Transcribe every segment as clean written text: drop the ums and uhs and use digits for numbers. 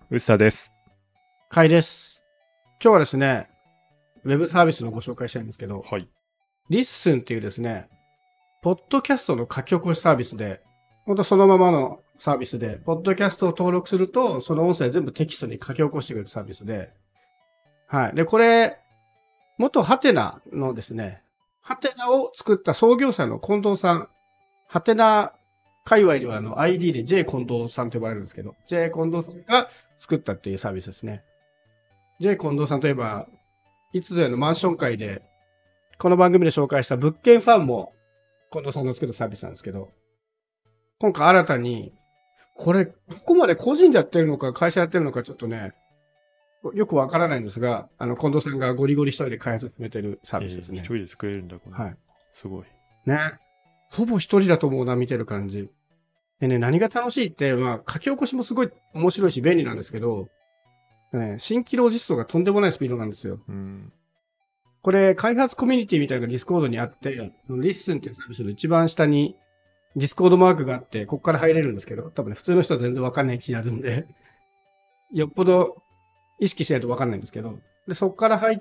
うさです。 かいです。今日はですね、ウェブサービスのご紹介したいんですけど、 はい。 リッスンっていうですね、ポッドキャストの書き起こしサービスで、ほんとそのままのサービスで、ポッドキャストを登録すると、その音声全部テキストに書き起こしてくれるサービスで、はい。で、これ、元ハテナのですね、ハテナを作った創業者の近藤さん、ハテナ界隈ではID で J 近藤さんと呼ばれるんですけど、J 近藤さんが作ったっていうサービスですね。J 近藤さんといえば、いつぞやのマンション会で、この番組で紹介した物件ファンも近藤さんの作ったサービスなんですけど、今回新たに、これ、どこまで個人でやってるのか会社やってるのかちょっとね、よくわからないんですが、近藤さんがゴリゴリ一人で開発進めてるサービスですね。 一人で作れるんだ、この。 はい。 すごい。 ね。ほぼ一人だと思うな、見てる感じ。でね、何が楽しいって、まあ、書き起こしもすごい面白いし便利なんですけど、ね、新規労実装がとんでもないスピードなんですよ。 うん。 これ、開発コミュニティみたいなのがディスコードにあって、リッスンっていうサービスの一番下にディスコードマークがあって、ここから入れるんですけど、多分ね、普通の人は全然わかんない位置にあるんで、よっぽど意識しないとわかんないんですけど、で、そこから入って、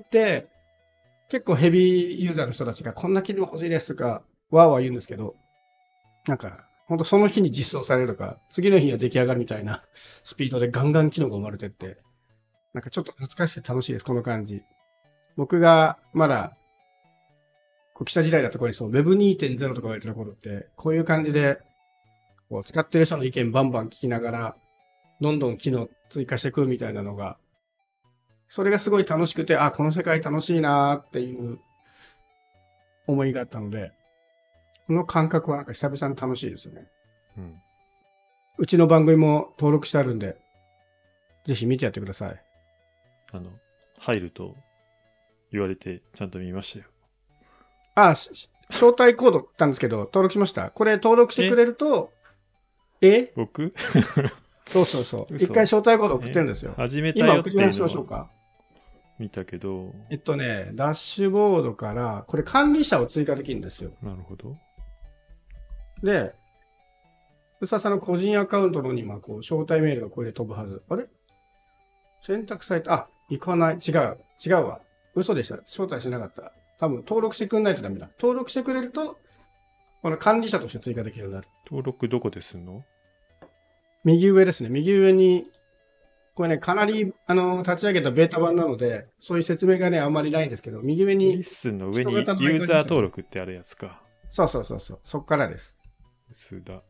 結構ヘビーユーザーの人たちがこんな機能欲しいですとか、わーわー言うんですけど、なんか、ほんとその日に実装されるとか、次の日には出来上がるみたいなスピードでガンガン機能が生まれてって、なんかちょっと懐かしくて楽しいです、この感じ。僕がまだ記者時代だところにそう、Web2.0 とか言われてる頃って、こういう感じで、こう使ってる人の意見バンバン聞きながら、どんどん機能追加していくみたいなのが、それがすごい楽しくて、あ、この世界楽しいなーっていう思いがあったので、この感覚はなんか久々に楽しいですね。 うん。 うちの番組も登録してあるんで、ぜひ見てやってください。 入ると言われて、ちゃんと見ましたよ。 あ、招待コードったんですけど、登録しました。これ登録してくえれると、え僕そうそうそう。一回嘘。 招待コード送ってるんですよ。 始めた今よっ送り直していうのはましょうか。 見たけど、 ダッシュボードから、これ管理者を追加できるんですよ。 なるほど。 で、うささんの個人アカウントのに今、招待メールがこれで飛ぶはず。あれ選択された、行かない。違うわ。嘘でした。招待しなかった。多分、登録してくんないとダメだ。登録してくれると、この管理者として追加できるようになる。 登録どこですんの？ 右上ですね。右上に、これね、かなり、立ち上げたベータ版なので、そういう説明がね、あんまりないんですけど、右上にリッスンの上人型のアにユーザーイコンありますよね。 登録ってあるやつか。 そうそうそうそう。そっからです。 須田。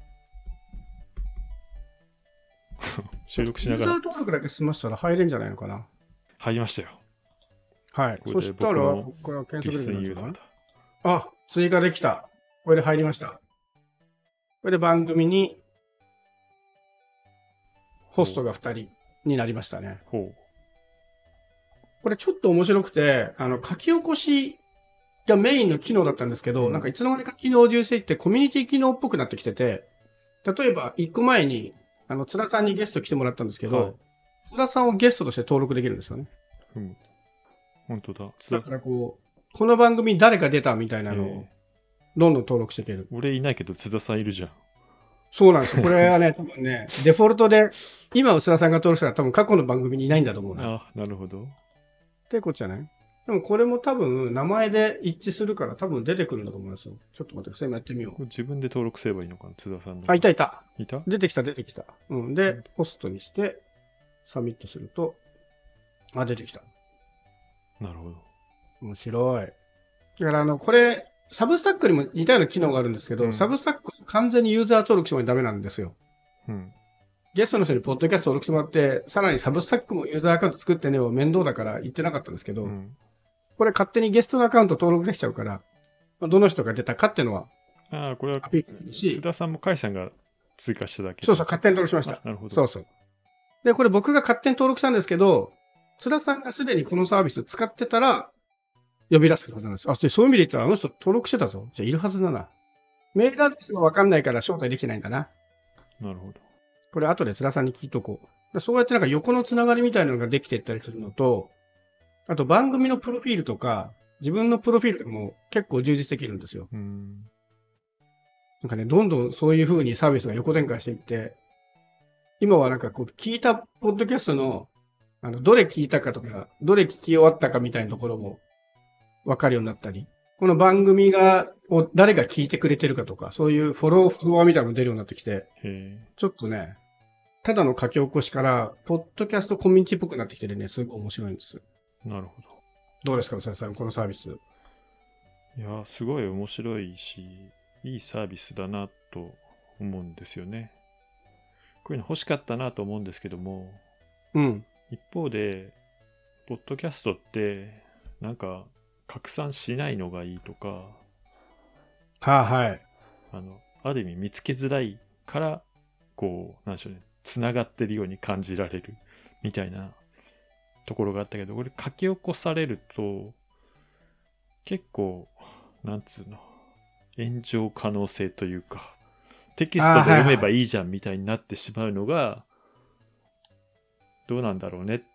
収録しなユーザーがら登録だけ済ませたら入れるんじゃないのかな。 入りましたよ。 はい。 これでそしたら、 僕もここから検リッ索できるんじゃない？ スンユーザーだ。 追加できた。これで入りました。これで番組にホストが2人になりましたね。 ほこれちょっと面白くて、書き起こしがメインの機能だったんですけど、 うんなんかいつの間にか機能重視ってコミュニティ機能っぽくなってきてて、例えば1個前に、津田さんにゲスト来てもらったんですけど、 はい。 津田さんをゲストとして登録できるんですよね。 うん。本当だ。 だからこの番組に誰が出たみたいなのをどんどん登録していける。 俺いないけど津田さんいるじゃん。 そうなんですよ。これはね、多分ね、デフォルトで、今、須田さんが登録したら多分過去の番組にいないんだと思うな。っなるほど。 てことじゃない？でもこれも多分名前で一致するから多分出てくるんだと思いますよ。ちょっと待ってください。今やってみよう。 これ自分で登録すればいいのかな、津田さんの。 あ、いたいた。 いた。 出てきた。うん。で、ホストにして、サミットすると、出てきた。 なるほど。 面白い。だからこれ、サブスタックにも似たような機能があるんですけど、 うん、 サブスタック完全にユーザー登録してもダメなんですよ。 うん。 ゲストの人にポッドキャスト登録してもらって、さらにサブスタックもユーザーアカウント作ってねを面倒だから言ってなかったんですけど、 うん、 これ勝手にゲストのアカウント登録できちゃうから、どの人が出たかっていうのはこれはアピールするし、 津田さんも甲斐さんが追加しただけ。 そうそう、勝手に登録しました。 なるほど。 そうそう。で、これ僕が勝手に登録したんですけど、津田さんがすでにこのサービス使ってたら、呼び出せるはずなんです。そういう意味で言ったら、あの人登録してたぞ。じゃあいるはずだな。メールアドレスがわかんないから招待できてないんだな。 なるほど。 これ後で津田さんに聞いとこう。そうやってなんか横のつながりみたいなのができていったりするのと、あと番組のプロフィールとか、自分のプロフィールとかも結構充実できるんですよ。なんかね、どんどんそういう風にサービスが横展開していって、 今はなんかこう、聞いたポッドキャストの、どれ聞いたかとか、どれ聞き終わったかみたいなところもわかるようになったり、この番組を誰が聞いてくれてるかとか、そういうフォロワーみたいなのが出るようになってきて、ちょっとね、ただの書き起こしから、ポッドキャストコミュニティっぽくなってきてね、すごい面白いんです。 なるほど。 どうですか、宇佐美さん、このサービス。 いや、すごい面白いし、いいサービスだなと思うんですよね。こういうの欲しかったなと思うんですけども、 うん。 一方で、ポッドキャストって、なんか、拡散しないのがいいとか、 はい。 ある意味見つけづらいから、こう、なんでしょうね、つながってるように感じられるみたいなところがあったけど、これ書き起こされると、結構、なんつうの、炎上可能性というか、テキストで読めばいいじゃんみたいになってしまうのが、どうなんだろうねって、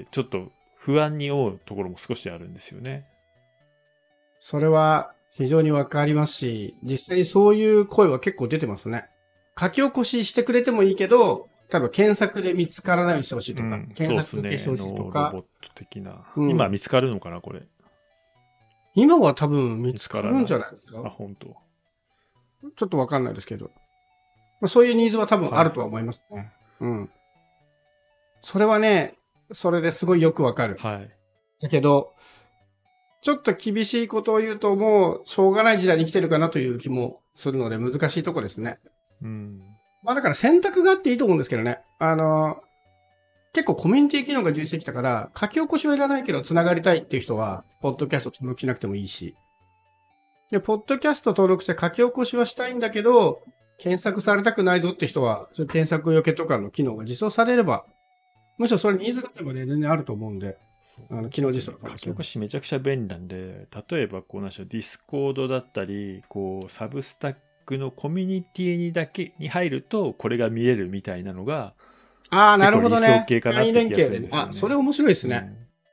ちょっと不安に思うところも少しあるんですよね。 それは非常にわかりますし、実際にそういう声は結構出てますね。書き起こししてくれてもいいけど、多分検索で見つからないようにしてほしいとか、検索受けしてほしいとか。 ロボット的な。今見つかるのかな、これ。 今は多分見つかるんじゃないですか。 あ、本当。 ちょっとわかんないですけど。そういうニーズは多分あるとは思いますね。うん。それはね、それですごいよくわかる。 はい。 だけど、ちょっと厳しいことを言うともうしょうがない時代に来てるかなという気もするので難しいとこですね。 うん。 まあだから選択があっていいと思うんですけどね。結構コミュニティ機能が充実してきたから、書き起こしはいらないけど繋がりたいっていう人は、ポッドキャスト登録しなくてもいいし。で、ポッドキャスト登録して書き起こしはしたいんだけど、検索されたくないぞって人は、そういう検索よけとかの機能が実装されれば、むしろそれニーズがあればね、全然あると思うんで、機能実装書き起こしめちゃくちゃ便利なんで、例えばこうなんでしょう、ディスコードだったり、こうサブスタックのコミュニティにだけに入ると、これが見れるみたいなのが、 ああ、なるほどね。 理想系かなって気がするんですよね。 あ、それ面白いですね。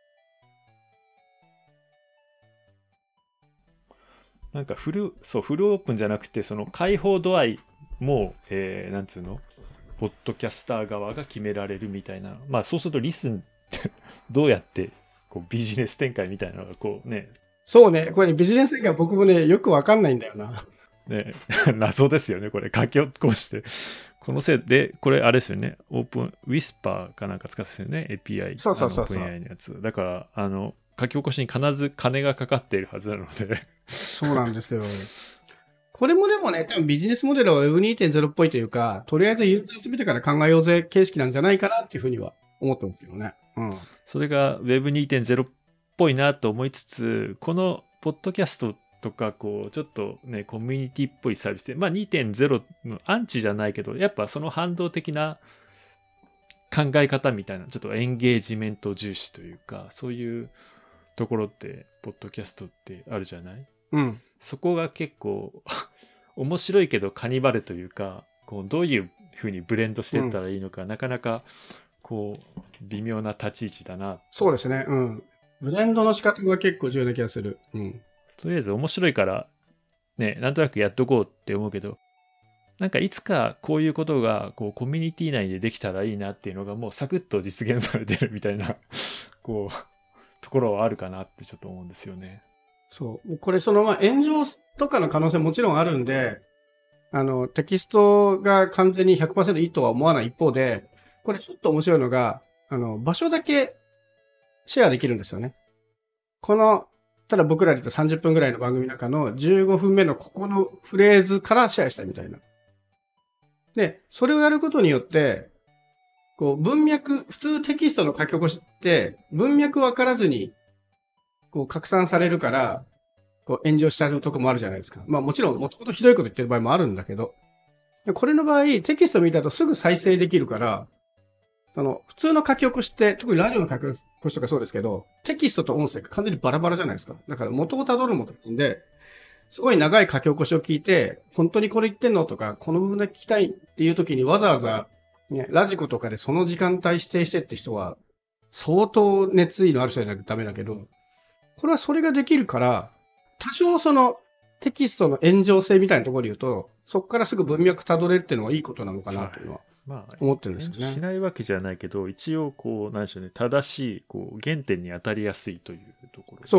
なんかフルオープンじゃなくて、その開放度合いも、なんつうの、ポッドキャスター側が決められるみたいな。まあそうするとリスンってどうやってこうビジネス展開みたいなのがこうね。 そうね。これね、ビジネス展開僕もね、よくわかんないんだよな。 ね、謎ですよね、これ。書き起こして。このせいで、これあれですよね。オープン、ウィスパーかなんか使ってたよね。API。 そう。 API のやつ。だから、書き起こしに必ず金がかかっているはずなので。 そうなんですけど。これもでもね、多分ビジネスモデルは Web2.0 っぽいというか、とりあえずユーザー集めてから考えようぜ形式なんじゃないかなっていうふうには思ってますけどね。うん。 それが Web2.0 っぽいなと思いつつ、このポッドキャストとか、こう、ちょっとね、コミュニティっぽいサービスで、まあ 2.0 のアンチじゃないけど、やっぱその反動的な考え方みたいな、ちょっとエンゲージメント重視というか、そういうところって、ポッドキャストってあるじゃない？ うん。 そこが結構面白いけどカニバルというか、こうどういうふうにブレンドしていったらいいのか、なかなかこう微妙な立ち位置だな。 そうですね。うん。ブレンドの仕方が結構重要な気がする。うん。 とりあえず面白いからね、なんとなくやっとこうって思うけど、なんかいつかこういうことがこうコミュニティ内でできたらいいなっていうのがもうサクッと実現されてるみたいなこうところはあるかなってちょっと思うんですよね。 そう。これ炎上とかの可能性もちろんあるんで、テキストが完全に 100% いいとは思わない一方で、これちょっと面白いのが、場所だけシェアできるんですよね。ただ僕らで言うと30分ぐらいの番組の中の15分目のここのフレーズからシェアしたいみたいな。で、それをやることによって、こう普通テキストの書き起こしって、文脈わからずに、こう拡散されるから、こう炎上しちゃうとこもあるじゃないですか。まあもちろん、もともとひどいこと言ってる場合もあるんだけど、これの場合、テキスト見たとすぐ再生できるから、普通の書き起こしって、特にラジオの書き起こしとかそうですけど、テキストと音声が完全にバラバラじゃないですか。だから元をたどるもんで、すごい長い書き起こしを聞いて、本当にこれ言ってんのとか、この部分で聞きたいっていう時にわざわざ、ね、ラジコとかでその時間帯指定してって人は、相当熱意のある人じゃなきゃダメだけど、これはそれができるから、多少テキストの炎上性みたいなところで言うと、そこからすぐ文脈たどれるっていうのはいいことなのかなというのはまあ、 思ってるんですよ炎上しね。 ないわけじゃないけど、一応、こう、なんでしょうね、正しい、こう、原点に当たりやすいというところですね。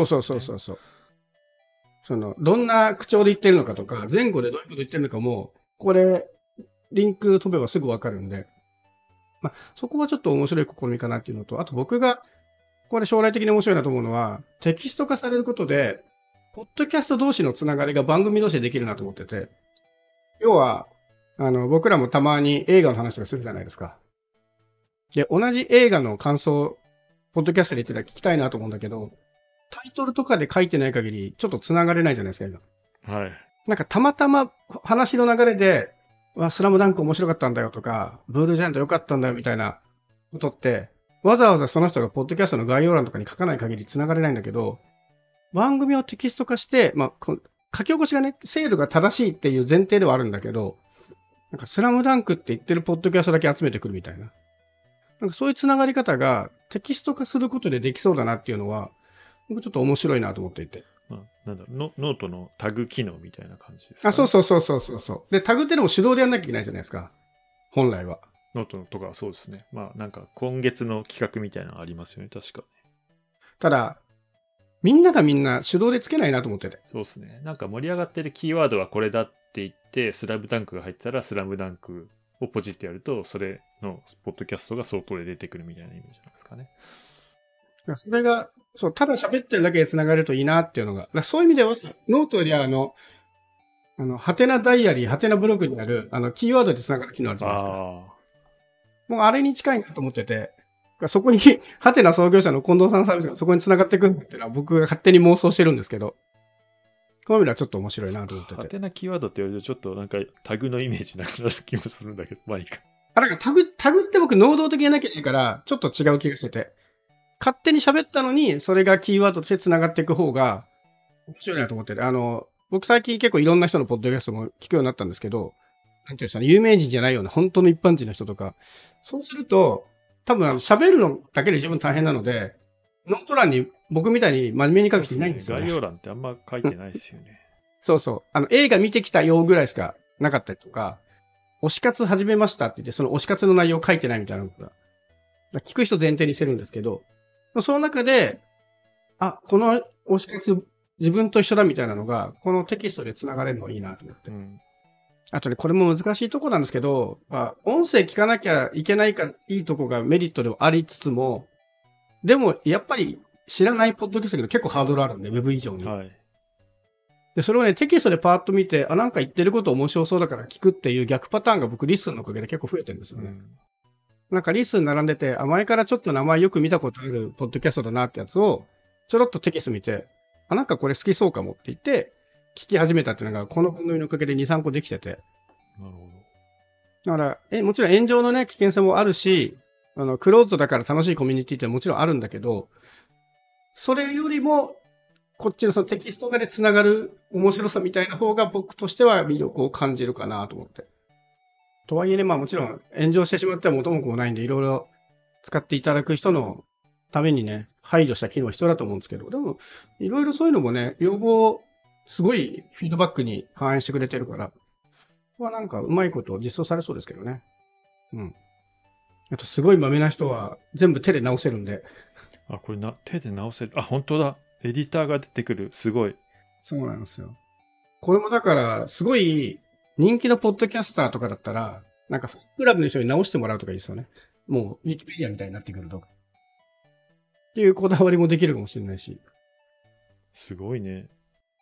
そう。どんな口調で言ってるのかとか、前後でどういうこと言ってるのかも、これ、リンク飛べばすぐわかるんで、まあ、そこはちょっと面白い試みかなっていうのと、あと僕が、これ将来的に面白いなと思うのは、テキスト化されることで、ポッドキャスト同士のつながりが番組同士でできるなと思ってて、要は、僕らもたまに映画の話とかするじゃないですか。で、同じ映画の感想、ポッドキャストで言ってたら聞きたいなと思うんだけど、タイトルとかで書いてない限り、ちょっと繋がれないじゃないですか、映画。 はい。 なんかたまたま話の流れで、スラムダンク面白かったんだよとか、ブールジャイアント良かったんだよみたいなことって、わざわざその人がポッドキャストの概要欄とかに書かない限り繋がれないんだけど、番組をテキスト化して、書き起こしがね、精度が正しいっていう前提ではあるんだけど、なんかスラムダンクって言ってるポッドキャストだけ集めてくるみたいな。なんかそういう繋がり方がテキスト化することでできそうだなっていうのは、僕ちょっと面白いなと思っていて。 まあ、なんだろう、ノートのタグ機能みたいな感じですかね。 そう。で、タグってのも手動でやんなきゃいけないじゃないですか。本来は。 ノートとかそうですね。まあなんか今月の企画みたいなのありますよね、確か。 ただ、みんながみんな手動でつけないなと思ってて。 そうですね。なんか盛り上がってるキーワードはこれだって言って、スラムダンクが入ってたら、スラムダンクをポジってやると、それのポッドキャストが相当で出てくるみたいなイメージなんですかね。 それが、そう、ただ喋ってるだけで繋がるといいなっていうのが。だからそういう意味では、ノートよりはハテナダイアリー、ハテナブログにある、キーワードで繋がる機能あるじゃないですか。もうあれに近いなと思ってて、そこに、ハテナ創業者の近藤さんのサービスがそこに繋がってくるっていうのは僕が勝手に妄想してるんですけど、この意味ではちょっと面白いなと思ってて。 ハテナキーワードって言われるとちょっとなんかタグのイメージなくなる気もするんだけど、まあいいか。 なんかタグって僕能動的にやなきゃいけないから、ちょっと違う気がしてて。勝手に喋ったのに、それがキーワードとして繋がっていく方が、面白いなと思ってて。僕最近結構いろんな人のポッドキャストも聞くようになったんですけど、なんていうんですかね、有名人じゃないような本当の一般人の人とか、そうすると、多分喋るのだけで十分大変なので、ノート欄に僕みたいに真面目に書く人いないんですよね。 概要欄ってあんま書いてないですよね。 そう。映画見てきたよぐらいしかなかったりとか、推し活始めましたって言って、その推し活の内容書いてないみたいなことが、聞く人前提にしてるんですけど、その中で、この推し活自分と一緒だみたいなのが、このテキストで繋がれるのはいいなと思って。あとね、これも難しいとこなんですけど、音声聞かなきゃいけないか、いいとこがメリットではありつつも、でも、やっぱり知らないポッドキャストだけど結構ハードルあるんで、ウェブ以上に。 はい。 で、それをね、テキストでパーッと見て、なんか言ってること面白そうだから聞くっていう逆パターンが僕、リスンのおかげで結構増えてるんですよね。なんかリスン並んでて、前からちょっと名前よく見たことあるポッドキャストだなってやつを、ちょろっとテキスト見て、なんかこれ好きそうかもって言って、聞き始めたっていうのが、この番組のおかげで2、3個できてて。 なるほど。だから、もちろん炎上のね、危険性もあるし、クローズドだから楽しいコミュニティってもちろんあるんだけど、それよりも、こっちのそのテキスト化でつながる面白さみたいな方が僕としては魅力を感じるかなと思って。とはいえね、もちろん炎上してしまっては元も子もないんで、いろいろ使っていただく人のためにね、配慮した機能は必要だと思うんですけど、でも、いろいろそういうのもね、要望、すごいフィードバックに反映してくれてるから、なんかうまいこと実装されそうですけどね。あとすごいマメな人は全部手で直せるんで。 これ手で直せる。本当だ。エディターが出てくる。すごい。 そうなんですよ。これもだから、すごい人気のポッドキャスターとかだったら、なんかファンクラブの人に直してもらうとかいいですよね。もう、ウィキペディアみたいになってくるとか。っていうこだわりもできるかもしれないし。 すごいね。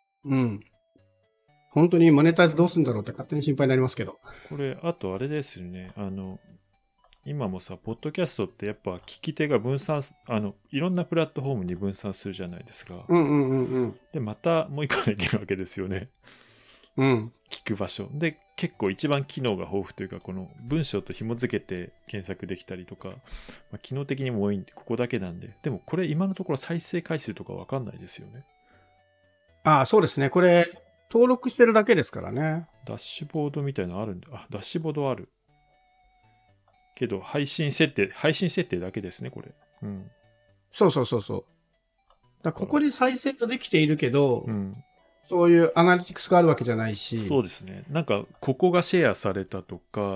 本当にマネタイズどうするんだろうって勝手に心配になりますけど。 これ、あとあれですよね。今もさ、ポッドキャストってやっぱ聞き手が分散、いろんなプラットフォームに分散するじゃないですか。で、またもう一個できるわけですよね。聞く場所。で、結構一番機能が豊富というか、この文章と紐付けて検索できたりとか、機能的にも多いんで、ここだけなんで。でもこれ今のところ再生回数とかわかんないですよね。 そうですね。これ、登録してるだけですからね。 ダッシュボードみたいなのあるんだ。ダッシュボードある。けど、配信設定だけですね、これ。 そう。ここで再生ができているけど、そういうアナリティクスがあるわけじゃないし。 そうですね。なんか、ここがシェアされたとか、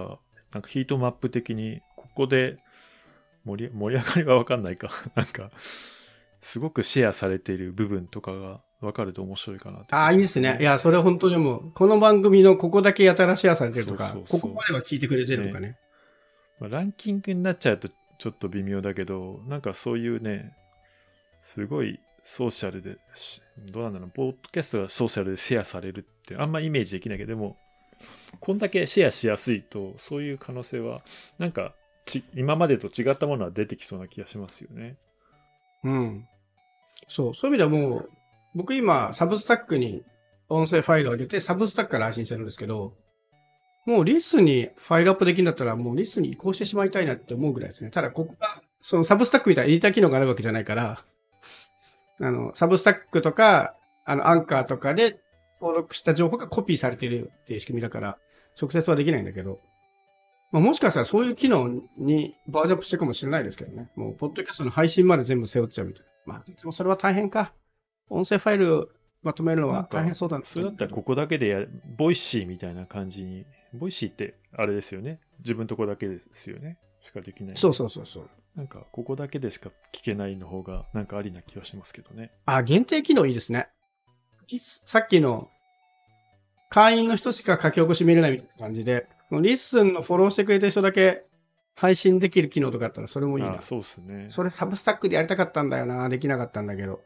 なんかヒートマップ的に、ここで盛り上がりはわかんないか。なんか、すごくシェアされている部分とかがわかると面白いかなって、 ああ、いいですね。いや、それは本当にもう、この番組のここだけやたらシェアされてるとか、 そうそうそうここまでは聞いてくれてるとかね。 まあ、ランキングになっちゃうとちょっと微妙だけど、なんかそういうね、すごいソーシャルで、どうなんだろう、ポッドキャストがソーシャルでシェアされるってあんまイメージできないけど、でも、こんだけシェアしやすいと、そういう可能性は、なんか今までと違ったものは出てきそうな気がしますよね。 うん。そういう意味ではもう、僕今、サブスタックに音声ファイルを上げて、サブスタックから配信してるんですけど、もうリスにファイルアップできるんだったら、もうリスに移行してしまいたいなって思うぐらいですね。ただ、ここが、そのサブスタックみたいなエディター機能があるわけじゃないから、サブスタックとか、アンカーとかで登録した情報がコピーされているっていう仕組みだから、直接はできないんだけど、まあ、もしかしたらそういう機能にバージョンアップしてるかもしれないですけどね。もう、ポッドキャストの配信まで全部背負っちゃうみたいな。まあ、でもそれは大変か。音声ファイルまとめるのは大変そうだな。 それだったらここだけでボイシーみたいな感じに、ボイシーってあれですよね。自分とこだけですよね。しかできない。 そう。 なんか、ここだけでしか聞けないの方が、なんかありな気がしますけどね。 あ、限定機能いいですね。さっきの会員の人しか書き起こし見れないみたいな感じで、リッスンのフォローしてくれてる人だけ配信できる機能とかあったらそれもいいな。 あ、そうですね。 それサブスタックでやりたかったんだよな。できなかったんだけど。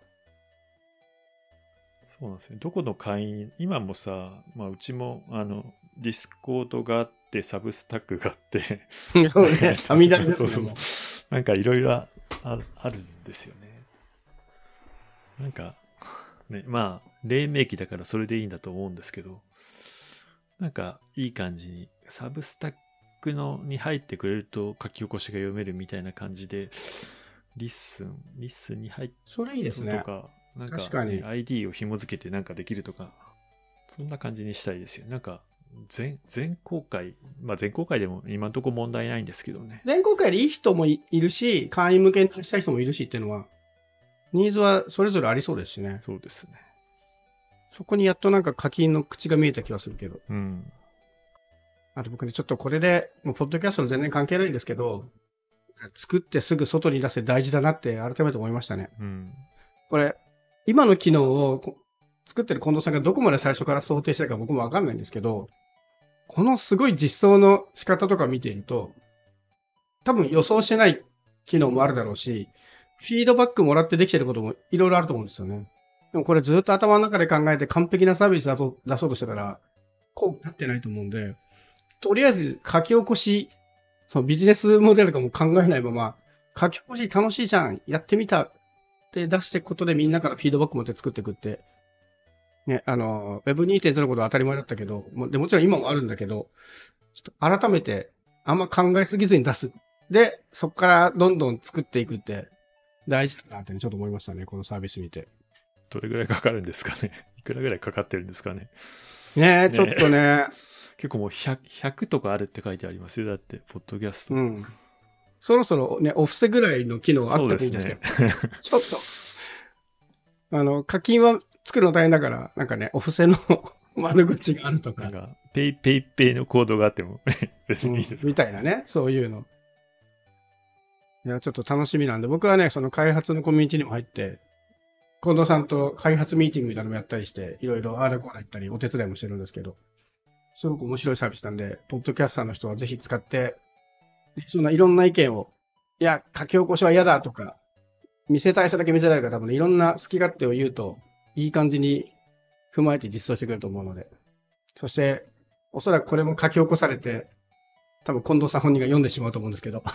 そうなんですね。どこの会員、今もさ、まあ、うちも、ディスコードがあって、サブスタックがあって、 そうね。さみだれですね。 そうなんかいろいろあるんですよね。なんか、ね、まあ、黎明期だからそれでいいんだと思うんですけど、なんかいい感じに、サブスタックに入ってくれると書き起こしが読めるみたいな感じで、リッスンに入ってそれいいですね。 とか、なんか、 確かに ID を紐付けてなんかできるとか、そんな感じにしたいですよ。なんか、全公開、まあ全公開でも今のところ問題ないんですけどね。 全公開でいい人もいるし、会員向けにしたい人もいるしっていうのは、ニーズはそれぞれありそうですしね。 そうですね。 そこにやっとなんか課金の口が見えた気がするけど。 うん。 あと僕ね、ちょっとこれで、もうポッドキャストの全然関係ないんですけど、作ってすぐ外に出せ大事だなって改めて思いましたね。 うん。 これ、今の機能を作ってる近藤さんがどこまで最初から想定してたか僕もわかんないんですけど、このすごい実装の仕方とか見ていると、多分予想してない機能もあるだろうし、フィードバックもらってできてることもいろいろあると思うんですよね。でもこれずっと頭の中で考えて完璧なサービス出そうとしてたら、こうなってないと思うんで、とりあえず書き起こし、そのビジネスモデルとかも考えないまま、書き起こし楽しいじゃん、やってみたって出していくことでみんなからフィードバック持って作っていくって、ね、Web2.0 のことは当たり前だったけど、もちろん今もあるんだけど、ちょっと改めてあんま考えすぎずに出す。で、そこからどんどん作っていくって大事だなって、ちょっと思いましたね、このサービス見て。 どれぐらいかかるんですかね。いくらぐらいかかってるんですかね。 ねえ、ちょっとね。 結構もう 100とかあるって書いてありますよ。だって、ポッドキャスト。 うん。そろそろね、オフセぐらいの機能あったらいいんですけど。ちょっと、課金は作るの大変だから、なんかね、オフセの窓口があるとか。 なんか、ペイのコードがあっても別にいいですか、 みたいなね、そういうの。いや、ちょっと楽しみなんで、僕はね、その開発のコミュニティにも入って、近藤さんと開発ミーティングみたいなのもやったりして、いろいろあれこれ言ったり、お手伝いもしてるんですけど、すごく面白いサービスなんで、ポッドキャスターの人はぜひ使って、そんないろんな意見を、いや、書き起こしは嫌だとか、見せたい人だけ見せたいとか、多分ね、いろんな好き勝手を言うと、いい感じに踏まえて実装してくれると思うので、そして、おそらくこれも書き起こされて、多分近藤さん本人が読んでしまうと思うんですけど、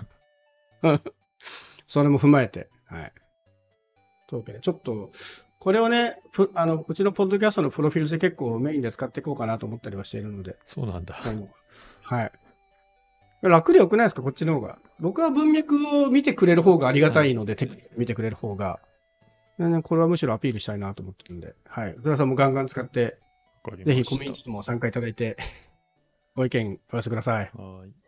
それも踏まえて、はい。というわけで、ちょっと、これをね、うちのポッドキャストのプロフィールで結構メインで使っていこうかなと思ったりはしているので。 そうなんだ。 はい。楽でよくないですか、こっちの方が。僕は文脈を見てくれる方がありがたいので、テキスト見てくれる方が。これはむしろアピールしたいなと思ってるんで。はい。宇多田さんもガンガン使って、ぜひコミュニティも参加いただいて、ご意見お寄せください。 はい。